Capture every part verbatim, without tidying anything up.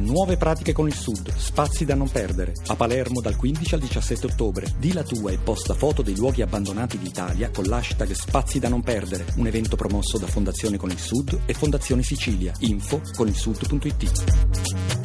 Nuove pratiche con il Sud, spazi da non perdere. A Palermo dal quindici al diciassette ottobre. Di la tua e posta foto dei luoghi abbandonati d'Italia con l'hashtag Spazi da non perdere. Un evento promosso da Fondazione Con il Sud e Fondazione Sicilia. Info con il sud punto it.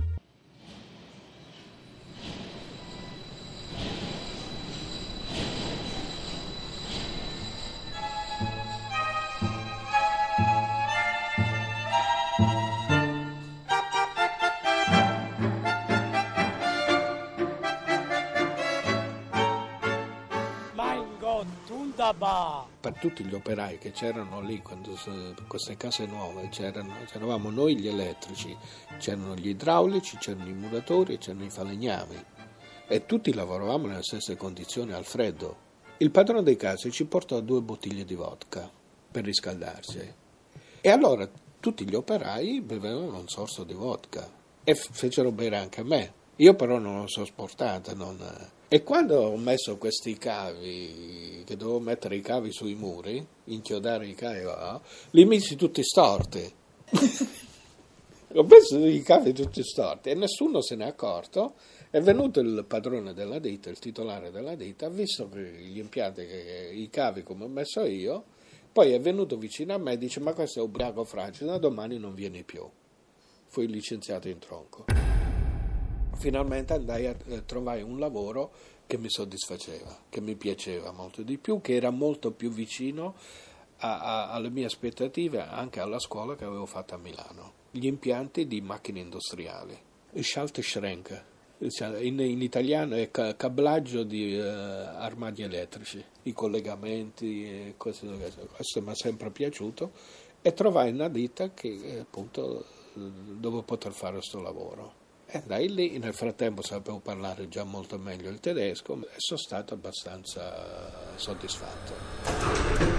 Per tutti gli operai che c'erano lì, quando queste case nuove, c'erano, c'eravamo noi gli elettrici, c'erano gli idraulici, c'erano i muratori e c'erano i falegnami e tutti lavoravamo nelle stesse condizioni al freddo. Il padrone dei case ci portò due bottiglie di vodka per riscaldarsi e allora tutti gli operai bevevano un sorso di vodka e fecero bere anche a me. Io però non lo sopportata, non... E quando ho messo questi cavi, che dovevo mettere i cavi sui muri, inchiodare i cavi, oh, li misi tutti storti. Ho messo i cavi tutti storti e nessuno se ne è accorto. È venuto il padrone della ditta, il titolare della ditta, ha visto che gli impianti, che, i cavi come ho messo io, poi è venuto vicino a me e dice: ma questo è ubriaco fragile, da domani non vieni più. Fui licenziato in tronco. Finalmente andai a eh, trovare un lavoro che mi soddisfaceva, che mi piaceva molto di più, che era molto più vicino a, a, alle mie aspettative, anche alla scuola che avevo fatto a Milano. Gli impianti di macchine industriali, Schaltschrank, in, in italiano è ca- cablaggio di eh, armadi elettrici, i collegamenti, e questo, questo mi è sempre piaciuto e trovai una ditta che eh, appunto dove poter fare questo lavoro. E andai lì, nel frattempo sapevo parlare già molto meglio il tedesco e sono stato abbastanza soddisfatto.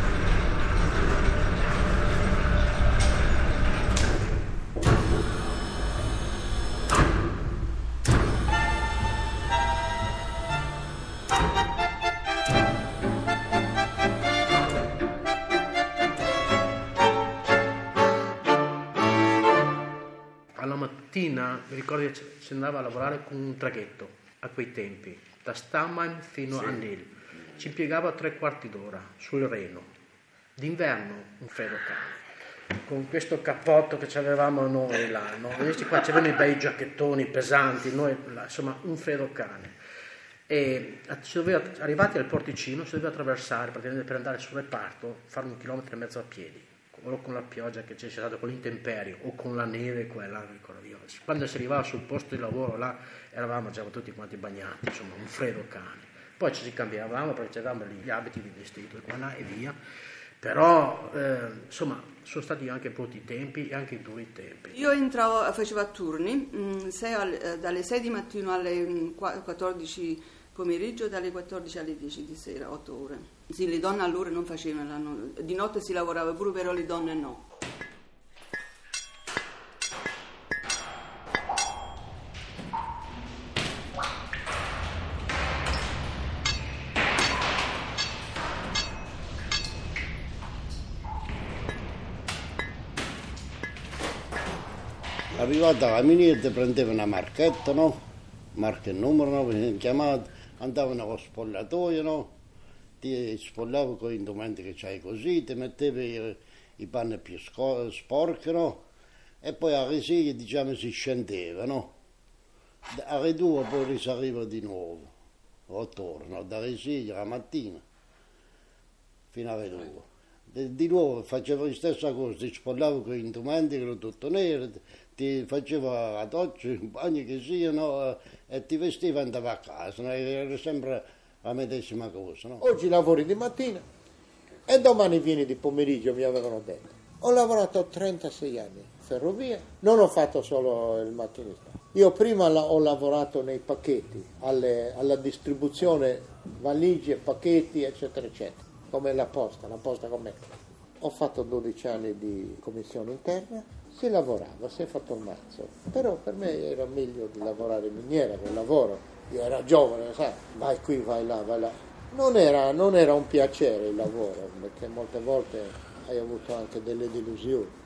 Mattina mi ricordo che si andava a lavorare con un traghetto a quei tempi, da Stamheim fino sì. a Nil. Ci impiegava tre quarti d'ora sul Reno. D'inverno un freddo cane, con questo cappotto che avevamo noi là, no? Questi qua c'erano i bei giacchettoni pesanti, noi là, insomma un freddo cane. E si doveva, arrivati al porticino si doveva attraversare praticamente per andare sul reparto, fare un chilometro e mezzo a piedi. O con la pioggia che c'è stata, con l'intemperie o con la neve quella, ricordo io. Quando si arrivava sul posto di lavoro là eravamo già tutti quanti bagnati, insomma un freddo cane. Poi ci cambiavamo perché avevamo gli abiti di vestito e qua là e via. Però eh, insomma sono stati anche brutti tempi e anche duri tempi. Io entravo, facevo a turni, mh, sei al, dalle sei di mattino alle quattordici pomeriggio, dalle quattordici alle dieci di sera, otto ore. Sì, le donne allora non facevano, di notte si lavorava pure, però le donne no. Arrivata la miniera prendeva una marchetta, no? Marca e numero, no? Veniva chiamato, andavano allo spogliatoio, no? Ti spogliavo con gli indumenti che c'hai così, ti mettevi i, i panni più sco- sporchi, no? E poi a Resiglia, diciamo, si scendeva, no? A Redua poi risaliva di nuovo, otto ore, no? Da Resiglia la mattina fino a Redua. Di nuovo facevo la stessa cosa, ti spogliavo con gli indumenti che erano tutto nero, ti facevo la doccia, il bagno che sia, no? E ti vestiva e andava a casa, no? Era sempre la medesima cosa, no? Oggi lavori di mattina e domani vieni di pomeriggio, mi avevano detto. Ho lavorato trentasei anni in ferrovia, non ho fatto solo il macchinista. Io prima la, ho lavorato nei pacchetti, alle, alla distribuzione valigie, pacchetti, eccetera, eccetera, come la posta, la posta con me. Ho fatto dodici anni di commissione interna, si lavorava, si è fatto il mazzo, però per me era meglio di lavorare in miniera, che lavoro. Io ero giovane, sai, vai qui, vai là, vai là. Non era, non era un piacere il lavoro, perché molte volte hai avuto anche delle delusioni.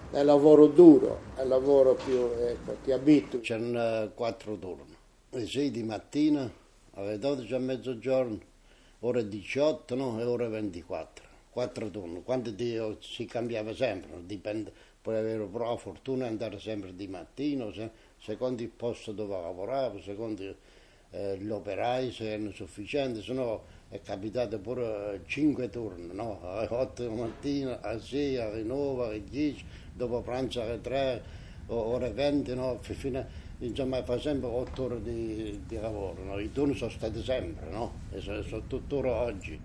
è lavoro duro, è lavoro più, ecco, ti abitui. C'erano quattro turni, alle sei di mattina, alle dodici a mezzogiorno, ore diciotto no, e ore ventiquattro, quattro turni. Quando Dio si cambiava sempre, dipende, poi avevo la fortuna di andare sempre di mattino, se, secondo il posto dove lavoravo, secondo eh, gli operai se erano sufficienti, se no è capitato pure cinque turni, no? Alle otto di mattina, alle sei, alle nove, alle dieci, dopo pranzo alle tre, ore venti, no? Fino, insomma fa sempre otto ore di, di lavoro, no? I turni sono stati sempre, no? E sono, sono tuttora oggi.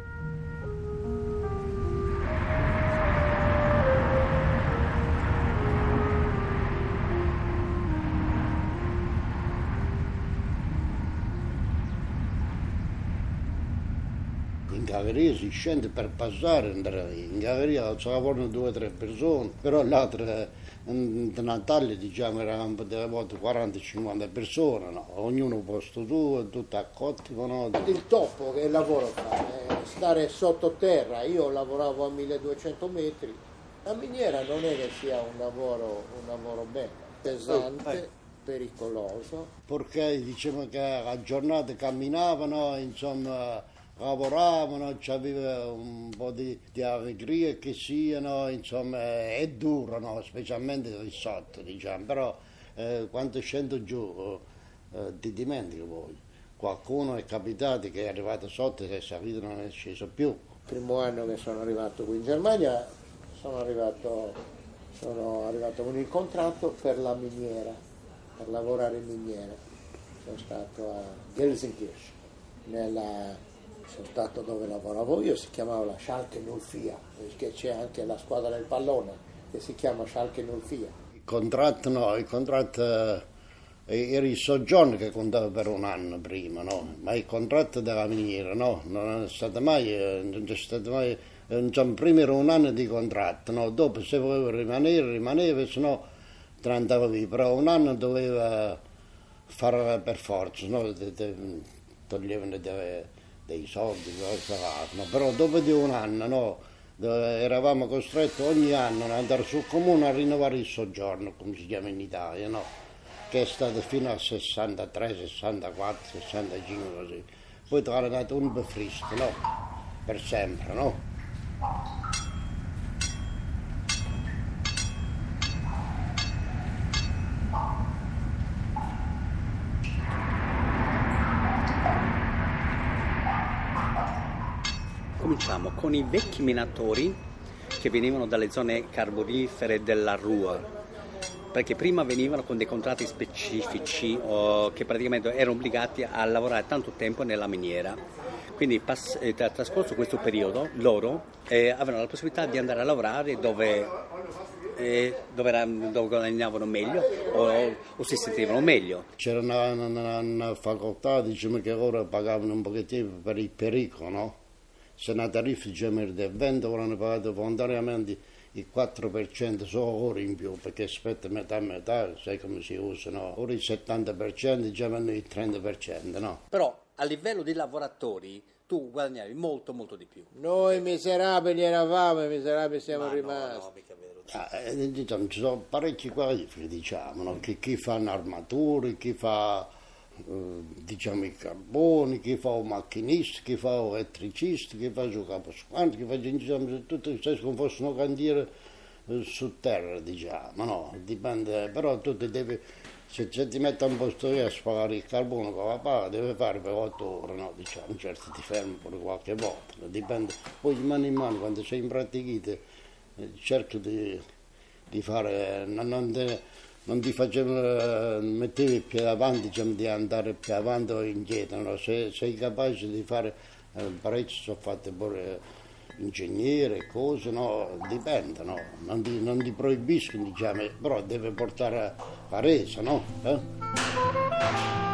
In galleria si scende per passare, in galleria ci lavorano due o tre persone, però l'altra di Natale diciamo eravamo delle volte quaranta cinquanta persone, no? Ognuno posto suo, tutto a cottimo. No? Il topo che lavoro fa, è stare sottoterra, io lavoravo a milleduecento metri, la miniera non è che sia un lavoro, un lavoro bello, pesante, pericoloso. Perché diciamo che a giornate camminavano, insomma lavoravano, c'aveva un po' di, di allegria che siano, insomma è duro, no? Specialmente lì sotto, diciamo, però eh, quando scendo giù eh, ti dimentico poi. Qualcuno è capitato che è arrivato sotto e è salito e non è sceso più. Il primo anno che sono arrivato qui in Germania sono arrivato, sono arrivato con il contratto per la miniera, per lavorare in miniera. Sono stato a Gelsenkirchen, nella sono stato dove lavoravo io, si chiamava la Schalke null vier, perché c'è anche la squadra del pallone che si chiama Schalke null vier. Il contratto no, il contratto eh, era il soggiorno che contava per un anno prima, no? Ma il contratto della miniera no, non è stato mai, non c'è stato mai, insomma prima era un anno di contratto, no? Dopo se voleva rimanere, rimaneva, se no te ne andava via, però un anno doveva fare per forza, no? Toglievano delle dei soldi, no? Però dopo di un anno no, eravamo costretti ogni anno ad andare sul comune a rinnovare il soggiorno, come si chiama in Italia, no? Che è stato fino al sessantatré, sessantaquattro, sessantacinque così. Poi ti hanno dato un befristo, no? Per sempre, no? Cominciamo con i vecchi minatori che venivano dalle zone carbonifere della Ruhr, perché prima venivano con dei contratti specifici o che praticamente erano obbligati a lavorare tanto tempo nella miniera. Quindi pass- eh, trascorso questo periodo loro eh, avevano la possibilità di andare a lavorare dove, eh, dove, erano, dove guadagnavano meglio o, o si sentivano meglio. C'era una, una, una facoltà, diciamo, che loro pagavano un pochettino per il pericolo, no? Se una tariffa diciamo, era del venti, ora hanno pagato volontariamente il quattro per cento solo ora in più, perché aspetta metà a metà, sai come si usa, no? Ora il settanta per cento, diciamo il trenta per cento, no? Però a livello di lavoratori tu guadagnavi molto molto di più. Noi miserabili eravamo e miserabili siamo Ma rimasti. No, no, mica vero. Ah, eh, diciamo, ci sono parecchie qualifiche, diciamo, no? Chi, chi fanno armature, chi fa eh, diciamo i carboni, chi fa un macchinista, chi fa un elettricista, chi fa il caposquanto, chi fa diciamo, tutto stesso come fosse una cantiere eh, su terra, diciamo, no? Dipende, però tu ti devi, se, se ti metti a un posto lì a spalare il carbone con la pala, devi fare per otto ore, no? Diciamo, certo ti fermi pure qualche volta, dipende, poi di mano in mano quando sei impratichito eh, cerco di, di fare, non, non te, non ti facevo, mettevi il piede avanti, diciamo, di andare più avanti o indietro, no? Se sei capace di fare, eh, parecchi sono fatte pure ingegnere, cose, no? Dipende, no? Non ti, non ti proibiscono, diciamo, però deve portare a resa, no? Eh?